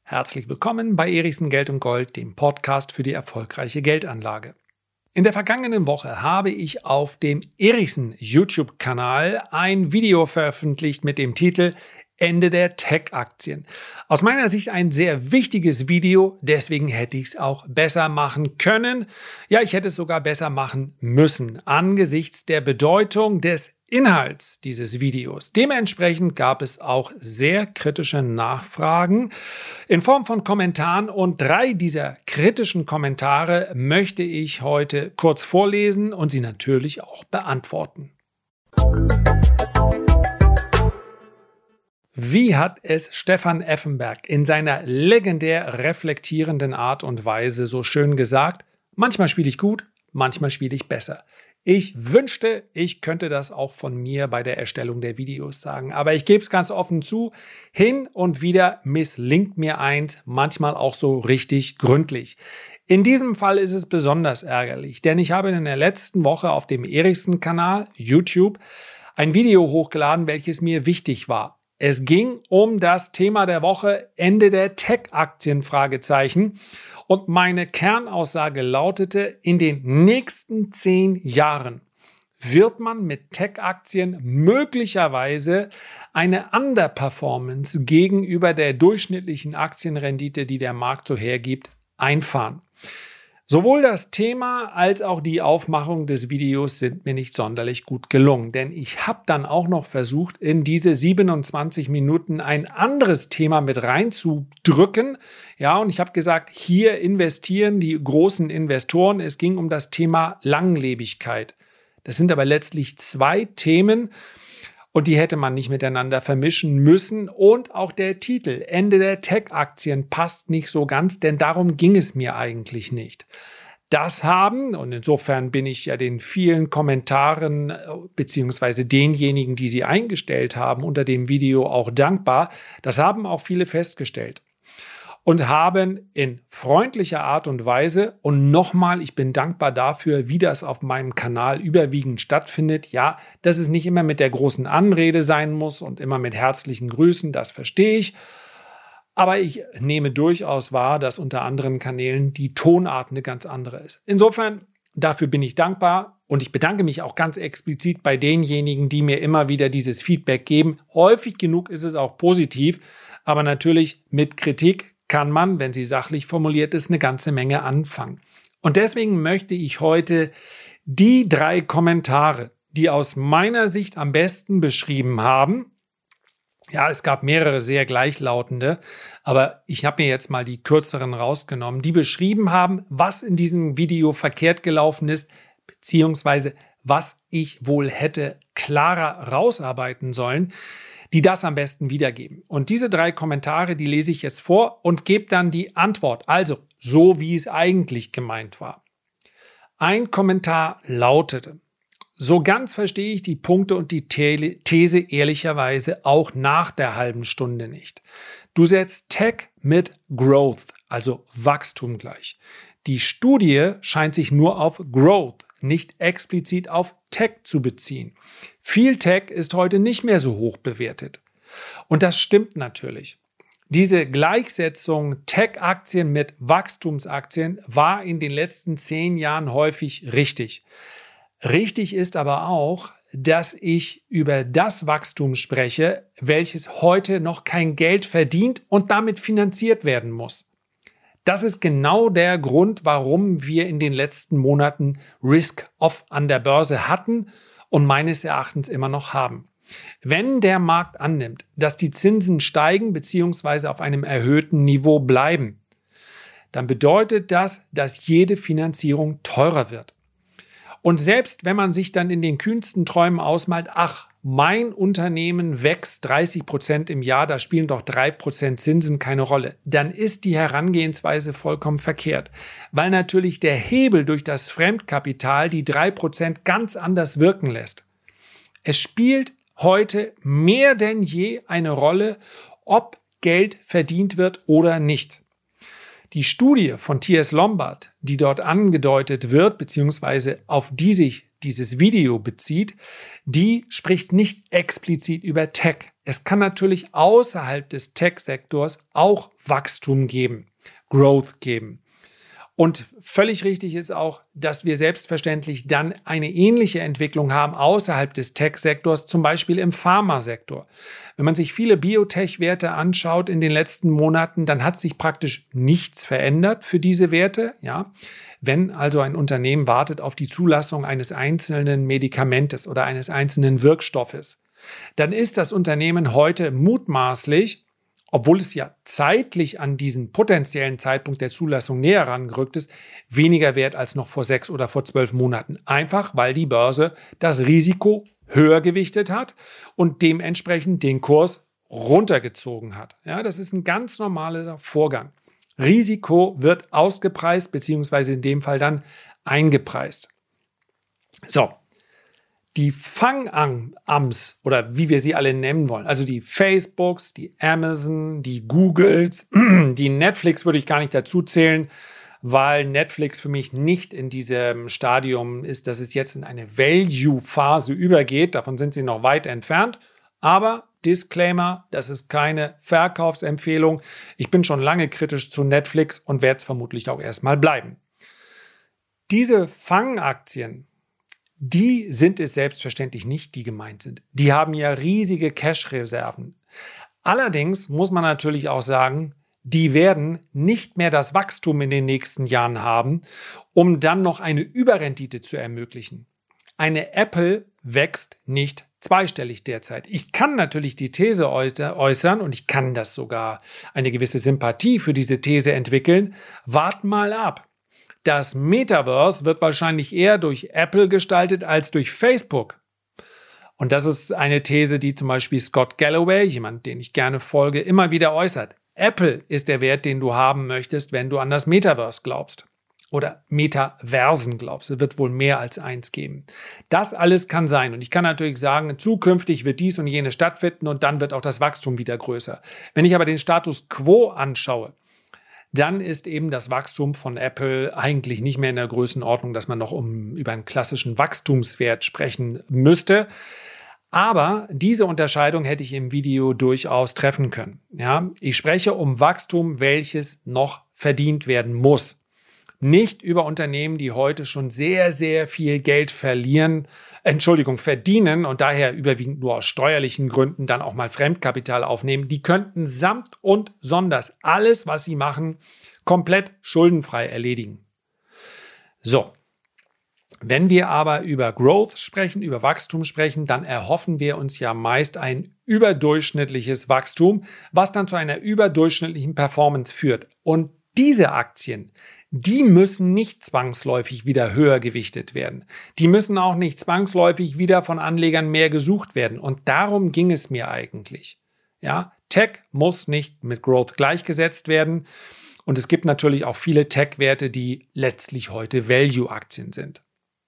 Herzlich willkommen bei Erichsen Geld und Gold, dem Podcast für die erfolgreiche Geldanlage. In der vergangenen Woche habe ich auf dem Erichsen YouTube-Kanal ein Video veröffentlicht mit dem Titel Ende der Tech-Aktien. Aus meiner Sicht ein sehr wichtiges Video, deswegen hätte ich es auch besser machen können. Ja, ich hätte es sogar besser machen müssen, angesichts der Bedeutung des Inhalts dieses Videos. Dementsprechend gab es auch sehr kritische Nachfragen in Form von Kommentaren und 3 dieser kritischen Kommentare möchte ich heute kurz vorlesen und sie natürlich auch beantworten. Wie hat es Stefan Effenberg in seiner legendär reflektierenden Art und Weise so schön gesagt? Manchmal spiele ich gut, manchmal spiele ich besser. Ich wünschte, ich könnte das auch von mir bei der Erstellung der Videos sagen. Aber ich gebe es ganz offen zu, hin und wieder misslingt mir eins, manchmal auch so richtig gründlich. In diesem Fall ist es besonders ärgerlich, denn ich habe in der letzten Woche auf dem Erichsen-Kanal YouTube ein Video hochgeladen, welches mir wichtig war. Es ging um das Thema der Woche Ende der Tech-Aktien, Fragezeichen. Und meine Kernaussage lautete, in den nächsten 10 Jahren wird man mit Tech-Aktien möglicherweise eine Underperformance gegenüber der durchschnittlichen Aktienrendite, die der Markt so hergibt, einfahren. Sowohl das Thema als auch die Aufmachung des Videos sind mir nicht sonderlich gut gelungen, denn ich habe dann auch noch versucht, in diese 27 Minuten ein anderes Thema mit reinzudrücken. Ja, und ich habe gesagt, hier investieren die großen Investoren. Es ging um das Thema Langlebigkeit. Das sind aber letztlich 2 Themen. Und die hätte man nicht miteinander vermischen müssen. Und auch der Titel Ende der Tech-Aktien passt nicht so ganz, denn darum ging es mir eigentlich nicht. Das haben, und insofern bin ich ja den vielen Kommentaren beziehungsweise denjenigen, die sie eingestellt haben, unter dem Video auch dankbar, das haben auch viele festgestellt. Und haben in freundlicher Art und Weise, und nochmal, ich bin dankbar dafür, wie das auf meinem Kanal überwiegend stattfindet. Ja, dass es nicht immer mit der großen Anrede sein muss und immer mit herzlichen Grüßen, das verstehe ich. Aber ich nehme durchaus wahr, dass unter anderen Kanälen die Tonart eine ganz andere ist. Insofern, dafür bin ich dankbar und ich bedanke mich auch ganz explizit bei denjenigen, die mir immer wieder dieses Feedback geben. Häufig genug ist es auch positiv, aber natürlich mit Kritik kann man, wenn sie sachlich formuliert ist, eine ganze Menge anfangen. Und deswegen möchte ich heute die 3 Kommentare, die aus meiner Sicht am besten beschrieben haben, ja, es gab mehrere sehr gleichlautende, aber ich habe mir jetzt mal die kürzeren rausgenommen, die beschrieben haben, was in diesem Video verkehrt gelaufen ist, beziehungsweise was ich wohl hätte klarer rausarbeiten sollen, die das am besten wiedergeben. Und diese 3 Kommentare, die lese ich jetzt vor und gebe dann die Antwort, also so wie es eigentlich gemeint war. Ein Kommentar lautete: So ganz verstehe ich die Punkte und die These ehrlicherweise auch nach der halben Stunde nicht. Du setzt Tech mit Growth, also Wachstum gleich. Die Studie scheint sich nur auf Growth, nicht explizit auf Tech zu beziehen. Viel Tech ist heute nicht mehr so hoch bewertet. Und das stimmt natürlich. Diese Gleichsetzung Tech-Aktien mit Wachstumsaktien war in den letzten 10 Jahren häufig richtig. Richtig ist aber auch, dass ich über das Wachstum spreche, welches heute noch kein Geld verdient und damit finanziert werden muss. Das ist genau der Grund, warum wir in den letzten Monaten Risk-Off an der Börse hatten und meines Erachtens immer noch haben. Wenn der Markt annimmt, dass die Zinsen steigen bzw. auf einem erhöhten Niveau bleiben, dann bedeutet das, dass jede Finanzierung teurer wird. Und selbst wenn man sich dann in den kühnsten Träumen ausmalt, ach, mein Unternehmen wächst 30% im Jahr, da spielen doch 3% Zinsen keine Rolle, dann ist die Herangehensweise vollkommen verkehrt, weil natürlich der Hebel durch das Fremdkapital die 3% ganz anders wirken lässt. Es spielt heute mehr denn je eine Rolle, ob Geld verdient wird oder nicht. Die Studie von T.S. Lombard, die dort angedeutet wird, beziehungsweise auf die sich dieses Video bezieht, die spricht nicht explizit über Tech. Es kann natürlich außerhalb des Tech-Sektors auch Wachstum geben, Growth geben. Und völlig richtig ist auch, dass wir selbstverständlich dann eine ähnliche Entwicklung haben außerhalb des Tech-Sektors, zum Beispiel im Pharmasektor. Wenn man sich viele Biotech-Werte anschaut in den letzten Monaten, dann hat sich praktisch nichts verändert für diese Werte. Ja? Wenn also ein Unternehmen wartet auf die Zulassung eines einzelnen Medikamentes oder eines einzelnen Wirkstoffes, dann ist das Unternehmen heute mutmaßlich, obwohl es ja zeitlich an diesen potenziellen Zeitpunkt der Zulassung näher herangerückt ist, weniger wert als noch vor 6 oder vor 12 Monaten. Einfach, weil die Börse das Risiko höher gewichtet hat und dementsprechend den Kurs runtergezogen hat. Ja, das ist ein ganz normaler Vorgang. Risiko wird ausgepreist, beziehungsweise in dem Fall dann eingepreist. So. Die Fangams oder wie wir sie alle nennen wollen, also die Facebooks, die Amazon, die Googles, die Netflix würde ich gar nicht dazu zählen, weil Netflix für mich nicht in diesem Stadium ist, dass es jetzt in eine Value-Phase übergeht. Davon sind sie noch weit entfernt. Aber Disclaimer, das ist keine Verkaufsempfehlung. Ich bin schon lange kritisch zu Netflix und werde es vermutlich auch erstmal bleiben. Diese Fangaktien, die sind es selbstverständlich nicht, die gemeint sind. Die haben ja riesige Cash-Reserven. Allerdings muss man natürlich auch sagen, die werden nicht mehr das Wachstum in den nächsten Jahren haben, um dann noch eine Überrendite zu ermöglichen. Eine Apple wächst nicht zweistellig derzeit. Ich kann natürlich die These äußern und ich kann das sogar eine gewisse Sympathie für diese These entwickeln. Wart mal ab. Das Metaverse wird wahrscheinlich eher durch Apple gestaltet als durch Facebook. Und das ist eine These, die zum Beispiel Scott Galloway, jemand, den ich gerne folge, immer wieder äußert. Apple ist der Wert, den du haben möchtest, wenn du an das Metaverse glaubst. Oder Metaversen glaubst. Es wird wohl mehr als eins geben. Das alles kann sein. Und ich kann natürlich sagen, zukünftig wird dies und jenes stattfinden und dann wird auch das Wachstum wieder größer. Wenn ich aber den Status quo anschaue, dann ist eben das Wachstum von Apple eigentlich nicht mehr in der Größenordnung, dass man noch über einen klassischen Wachstumswert sprechen müsste. Aber diese Unterscheidung hätte ich im Video durchaus treffen können. Ja, ich spreche um Wachstum, welches noch verdient werden muss. Nicht über Unternehmen, die heute schon sehr, sehr viel Geld verdienen und daher überwiegend nur aus steuerlichen Gründen dann auch mal Fremdkapital aufnehmen. Die könnten samt und sonders alles, was sie machen, komplett schuldenfrei erledigen. So, wenn wir aber über Growth sprechen, über Wachstum sprechen, dann erhoffen wir uns ja meist ein überdurchschnittliches Wachstum, was dann zu einer überdurchschnittlichen Performance führt. Und diese Aktien, die müssen nicht zwangsläufig wieder höher gewichtet werden. Die müssen auch nicht zwangsläufig wieder von Anlegern mehr gesucht werden. Und darum ging es mir eigentlich. Ja, Tech muss nicht mit Growth gleichgesetzt werden. Und es gibt natürlich auch viele Tech-Werte, die letztlich heute Value-Aktien sind.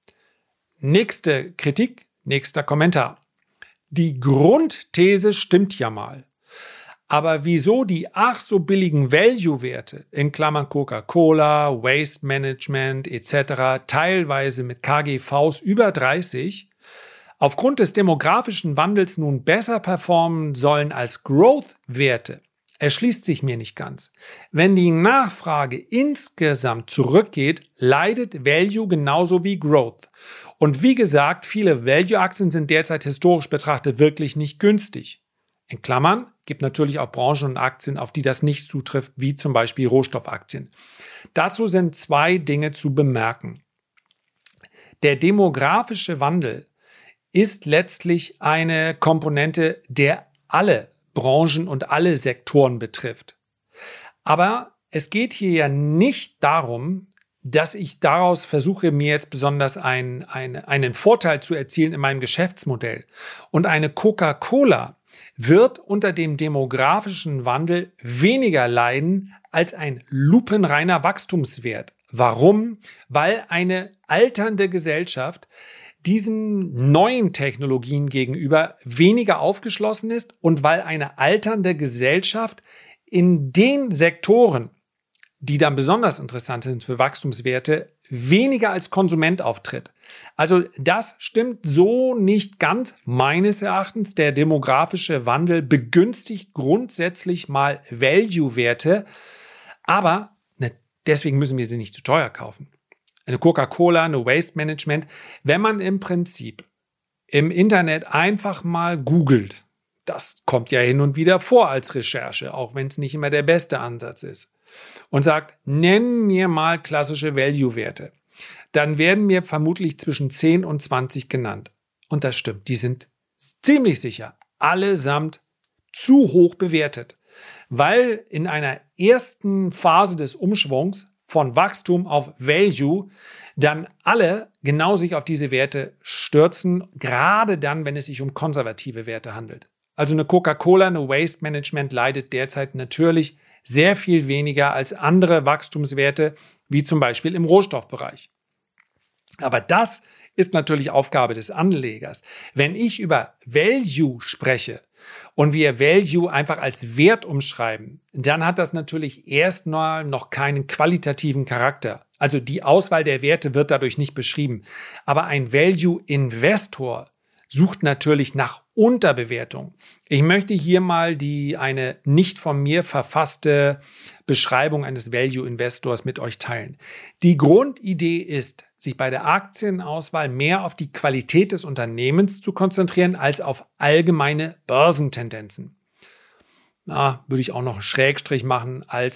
Nächste Kritik, nächster Kommentar. Die Grundthese stimmt ja mal. Aber wieso die ach so billigen Value-Werte, in Klammern Coca-Cola, Waste Management etc., teilweise mit KGVs über 30, aufgrund des demografischen Wandels nun besser performen sollen als Growth-Werte, erschließt sich mir nicht ganz. Wenn die Nachfrage insgesamt zurückgeht, leidet Value genauso wie Growth. Und wie gesagt, viele Value-Aktien sind derzeit historisch betrachtet wirklich nicht günstig. In Klammern gibt natürlich auch Branchen und Aktien, auf die das nicht zutrifft, wie zum Beispiel Rohstoffaktien. Dazu sind 2 Dinge zu bemerken. Der demografische Wandel ist letztlich eine Komponente, der alle Branchen und alle Sektoren betrifft. Aber es geht hier ja nicht darum, dass ich daraus versuche, mir jetzt besonders einen Vorteil zu erzielen in meinem Geschäftsmodell. Und eine Coca-Cola wird unter dem demografischen Wandel weniger leiden als ein lupenreiner Wachstumswert. Warum? Weil eine alternde Gesellschaft diesen neuen Technologien gegenüber weniger aufgeschlossen ist und weil eine alternde Gesellschaft in den Sektoren, die dann besonders interessant sind für Wachstumswerte, weniger als Konsument auftritt. Also das stimmt so nicht ganz, meines Erachtens. Der demografische Wandel begünstigt grundsätzlich mal Value-Werte, aber deswegen müssen wir sie nicht zu teuer kaufen. Eine Coca-Cola, eine Waste Management, wenn man im Prinzip im Internet einfach mal googelt, das kommt ja hin und wieder vor als Recherche, auch wenn es nicht immer der beste Ansatz ist, und sagt, nenn mir mal klassische Value-Werte, dann werden mir vermutlich zwischen 10 und 20 genannt. Und das stimmt, die sind ziemlich sicher allesamt zu hoch bewertet, weil in einer ersten Phase des Umschwungs von Wachstum auf Value dann alle genau sich auf diese Werte stürzen, gerade dann, wenn es sich um konservative Werte handelt. Also eine Coca-Cola, eine Waste Management leidet derzeit natürlich sehr viel weniger als andere Wachstumswerte, wie zum Beispiel im Rohstoffbereich. Aber das ist natürlich Aufgabe des Anlegers. Wenn ich über Value spreche und wir Value einfach als Wert umschreiben, dann hat das natürlich erstmal noch keinen qualitativen Charakter. Also die Auswahl der Werte wird dadurch nicht beschrieben. Aber ein Value-Investor sucht natürlich nach Unterbewertung. Ich möchte hier mal eine nicht von mir verfasste Beschreibung eines Value-Investors mit euch teilen. Die Grundidee ist, sich bei der Aktienauswahl mehr auf die Qualität des Unternehmens zu konzentrieren, als auf allgemeine Börsentendenzen. Würde ich auch noch einen Schrägstrich machen, als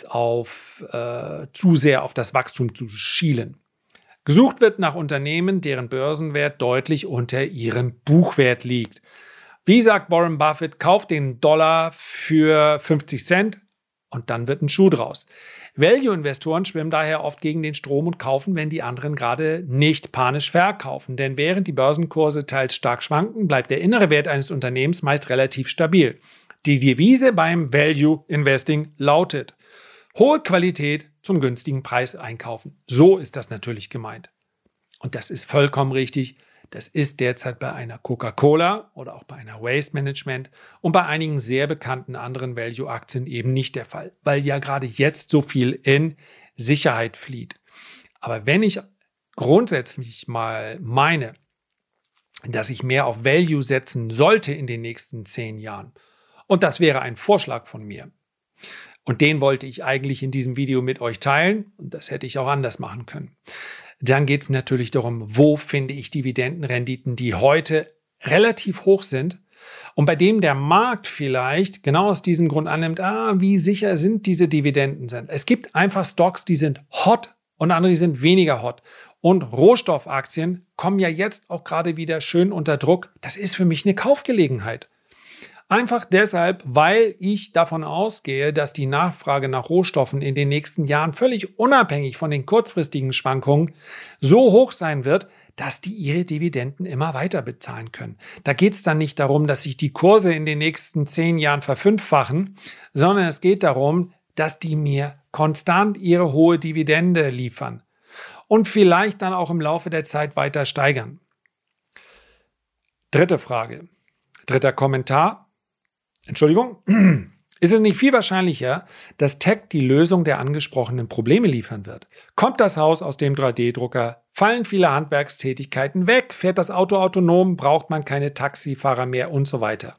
zu sehr auf das Wachstum zu schielen. Gesucht wird nach Unternehmen, deren Börsenwert deutlich unter ihrem Buchwert liegt. Wie sagt Warren Buffett, kauft den Dollar für 50 Cent und dann wird ein Schuh draus. Value-Investoren schwimmen daher oft gegen den Strom und kaufen, wenn die anderen gerade nicht panisch verkaufen. Denn während die Börsenkurse teils stark schwanken, bleibt der innere Wert eines Unternehmens meist relativ stabil. Die Devise beim Value-Investing lautet: hohe Qualität zum günstigen Preis einkaufen. So ist das natürlich gemeint. Und das ist vollkommen richtig. Das ist derzeit bei einer Coca-Cola oder auch bei einer Waste Management und bei einigen sehr bekannten anderen Value-Aktien eben nicht der Fall, weil ja gerade jetzt so viel in Sicherheit flieht. Aber wenn ich grundsätzlich mal meine, dass ich mehr auf Value setzen sollte in den nächsten 10 Jahren, und das wäre ein Vorschlag von mir, und den wollte ich eigentlich in diesem Video mit euch teilen, und das hätte ich auch anders machen können. Dann geht es natürlich darum, wo finde ich Dividendenrenditen, die heute relativ hoch sind und bei dem der Markt vielleicht genau aus diesem Grund annimmt, wie sicher sind diese Dividenden sind. Es gibt einfach Stocks, die sind hot und andere, die sind weniger hot. Und Rohstoffaktien kommen ja jetzt auch gerade wieder schön unter Druck. Das ist für mich eine Kaufgelegenheit. Einfach deshalb, weil ich davon ausgehe, dass die Nachfrage nach Rohstoffen in den nächsten Jahren völlig unabhängig von den kurzfristigen Schwankungen so hoch sein wird, dass die ihre Dividenden immer weiter bezahlen können. Da geht es dann nicht darum, dass sich die Kurse in den nächsten 10 Jahren verfünffachen, sondern es geht darum, dass die mir konstant ihre hohe Dividende liefern und vielleicht dann auch im Laufe der Zeit weiter steigern. Dritte Frage, dritter Kommentar. Entschuldigung, ist es nicht viel wahrscheinlicher, dass Tech die Lösung der angesprochenen Probleme liefern wird? Kommt das Haus aus dem 3D-Drucker? Fallen viele Handwerkstätigkeiten weg? Fährt das Auto autonom? Braucht man keine Taxifahrer mehr? Und so weiter.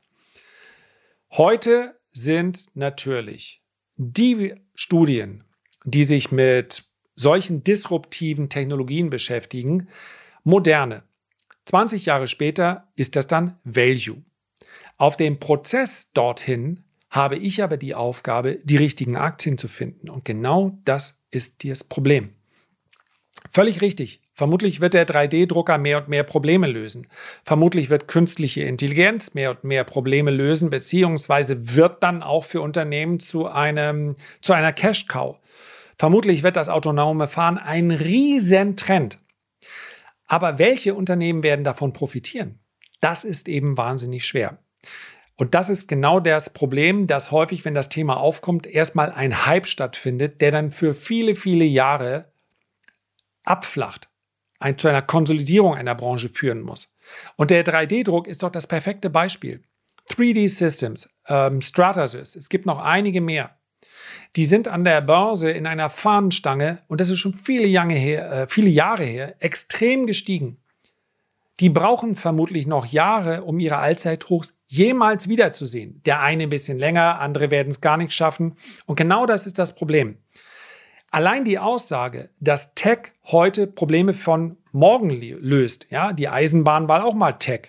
Heute sind natürlich die Studien, die sich mit solchen disruptiven Technologien beschäftigen, moderne. 20 Jahre später ist das dann Value. Auf dem Prozess dorthin habe ich aber die Aufgabe, die richtigen Aktien zu finden. Und genau das ist das Problem. Völlig richtig. Vermutlich wird der 3D-Drucker mehr und mehr Probleme lösen. Vermutlich wird künstliche Intelligenz mehr und mehr Probleme lösen, beziehungsweise wird dann auch für Unternehmen zu einer Cash-Cow. Vermutlich wird das autonome Fahren ein Riesentrend. Aber welche Unternehmen werden davon profitieren? Das ist eben wahnsinnig schwer. Und das ist genau das Problem, dass häufig, wenn das Thema aufkommt, erstmal ein Hype stattfindet, der dann für viele, viele Jahre abflacht, zu einer Konsolidierung einer Branche führen muss. Und der 3D-Druck ist doch das perfekte Beispiel. 3D Systems, Stratasys, es gibt noch einige mehr. Die sind an der Börse in einer Fahnenstange, und das ist schon viele Jahre her, extrem gestiegen. Die brauchen vermutlich noch Jahre, um ihre Allzeithochs jemals wiederzusehen. Der eine ein bisschen länger, andere werden es gar nicht schaffen. Und genau das ist das Problem. Allein die Aussage, dass Tech heute Probleme von morgen löst, ja, die Eisenbahn war auch mal Tech,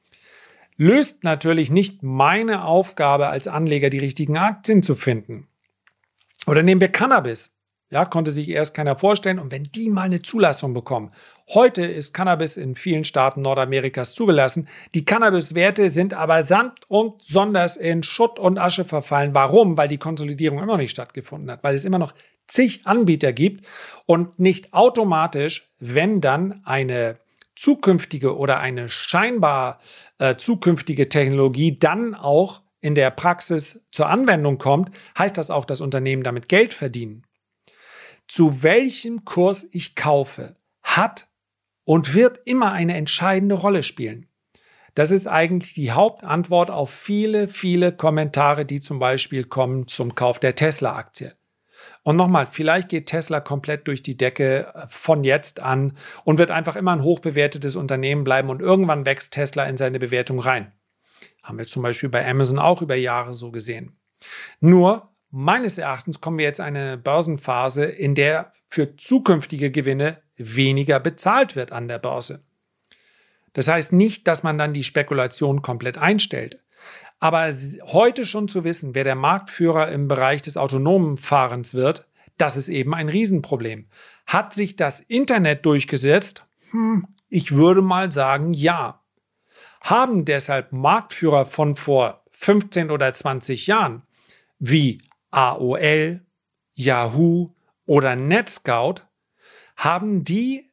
löst natürlich nicht meine Aufgabe als Anleger, die richtigen Aktien zu finden. Oder nehmen wir Cannabis. Ja, konnte sich erst keiner vorstellen. Und wenn die mal eine Zulassung bekommen. Heute ist Cannabis in vielen Staaten Nordamerikas zugelassen. Die Cannabis-Werte sind aber samt und sonders in Schutt und Asche verfallen. Warum? Weil die Konsolidierung immer noch nicht stattgefunden hat. Weil es immer noch zig Anbieter gibt und nicht automatisch, wenn dann eine zukünftige oder eine scheinbar zukünftige Technologie dann auch in der Praxis zur Anwendung kommt, heißt das auch, dass Unternehmen damit Geld verdienen. Zu welchem Kurs ich kaufe, hat und wird immer eine entscheidende Rolle spielen. Das ist eigentlich die Hauptantwort auf viele, viele Kommentare, die zum Beispiel kommen zum Kauf der Tesla-Aktie. Und nochmal, vielleicht geht Tesla komplett durch die Decke von jetzt an und wird einfach immer ein hochbewertetes Unternehmen bleiben und irgendwann wächst Tesla in seine Bewertung rein. Haben wir zum Beispiel bei Amazon auch über Jahre so gesehen. Nur, meines Erachtens kommen wir jetzt in eine Börsenphase, in der für zukünftige Gewinne weniger bezahlt wird an der Börse. Das heißt nicht, dass man dann die Spekulation komplett einstellt. Aber heute schon zu wissen, wer der Marktführer im Bereich des autonomen Fahrens wird, das ist eben ein Riesenproblem. Hat sich das Internet durchgesetzt? Ich würde mal sagen, ja. Haben deshalb Marktführer von vor 15 oder 20 Jahren wie AOL, Yahoo oder Netscout, haben die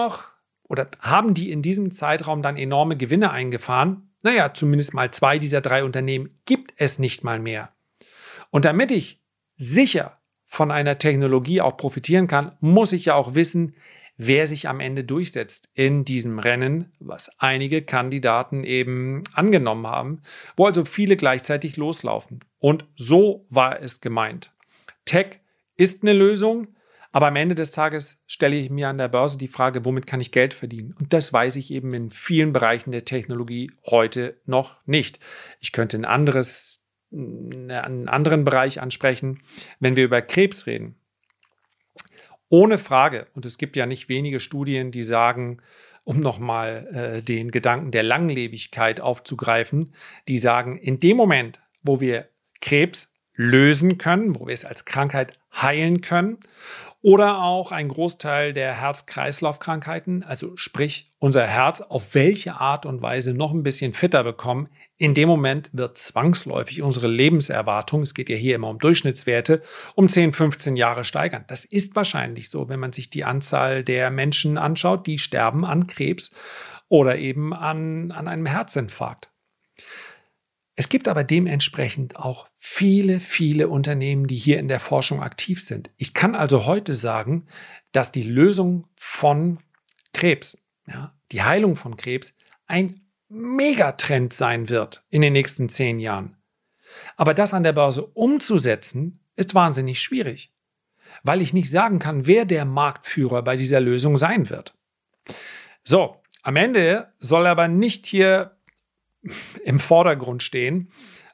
in diesem Zeitraum dann enorme Gewinne eingefahren? Naja, zumindest mal 2 dieser 3 Unternehmen gibt es nicht mal mehr. Und damit ich sicher von einer Technologie auch profitieren kann, muss ich ja auch wissen, wer sich am Ende durchsetzt in diesem Rennen, was einige Kandidaten eben angenommen haben, wo also viele gleichzeitig loslaufen. Und so war es gemeint. Tech ist eine Lösung, aber am Ende des Tages stelle ich mir an der Börse die Frage, womit kann ich Geld verdienen? Und das weiß ich eben in vielen Bereichen der Technologie heute noch nicht. Ich könnte einen anderen Bereich ansprechen, wenn wir über Krebs reden. Ohne Frage, und es gibt ja nicht wenige Studien, die sagen, um nochmal den Gedanken der Langlebigkeit aufzugreifen, die sagen, in dem Moment, wo wir Krebs lösen können, wo wir es als Krankheit heilen können, oder auch ein Großteil der Herz-Kreislauf-Krankheiten, also sprich unser Herz auf welche Art und Weise noch ein bisschen fitter bekommen, in dem Moment wird zwangsläufig unsere Lebenserwartung, es geht ja hier immer um Durchschnittswerte, um 10, 15 Jahre steigern. Das ist wahrscheinlich so, wenn man sich die Anzahl der Menschen anschaut, die sterben an Krebs oder eben an einem Herzinfarkt. Es gibt aber dementsprechend auch viele, viele Unternehmen, die hier in der Forschung aktiv sind. Ich kann also heute sagen, dass die Lösung von Krebs, die Heilung von Krebs, ein Megatrend sein wird in den nächsten 10 Jahren. Aber das an der Börse umzusetzen, ist wahnsinnig schwierig, weil ich nicht sagen kann, wer der Marktführer bei dieser Lösung sein wird. So, am Ende soll aber nicht hier im Vordergrund stehen,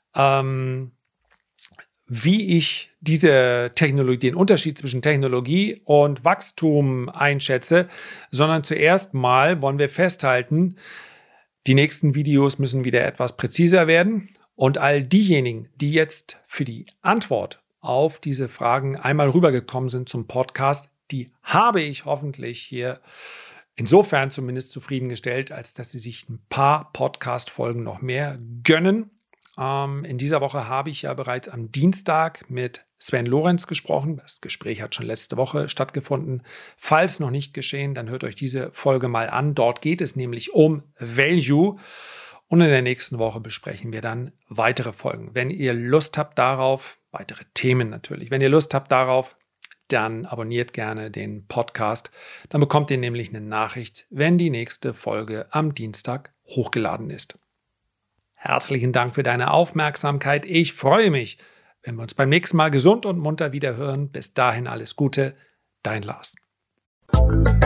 wie ich diese Technologie, den Unterschied zwischen Technologie und Wachstum einschätze, sondern zuerst mal wollen wir festhalten, die nächsten Videos müssen wieder etwas präziser werden und all diejenigen, die jetzt für die Antwort auf diese Fragen einmal rübergekommen sind zum Podcast, die habe ich hoffentlich hier insofern zumindest zufriedengestellt, als dass sie sich ein paar Podcast-Folgen noch mehr gönnen. In dieser Woche habe ich ja bereits am Dienstag mit Sven Lorenz gesprochen. Das Gespräch hat schon letzte Woche stattgefunden. Falls noch nicht geschehen, dann hört euch diese Folge mal an. Dort geht es nämlich um Value. Und in der nächsten Woche besprechen wir dann weitere Folgen. Wenn ihr Lust habt darauf, weitere Themen natürlich, wenn ihr Lust habt darauf, dann abonniert gerne den Podcast. Dann bekommt ihr nämlich eine Nachricht, wenn die nächste Folge am Dienstag hochgeladen ist. Herzlichen Dank für deine Aufmerksamkeit. Ich freue mich, wenn wir uns beim nächsten Mal gesund und munter wieder hören. Bis dahin alles Gute, dein Lars.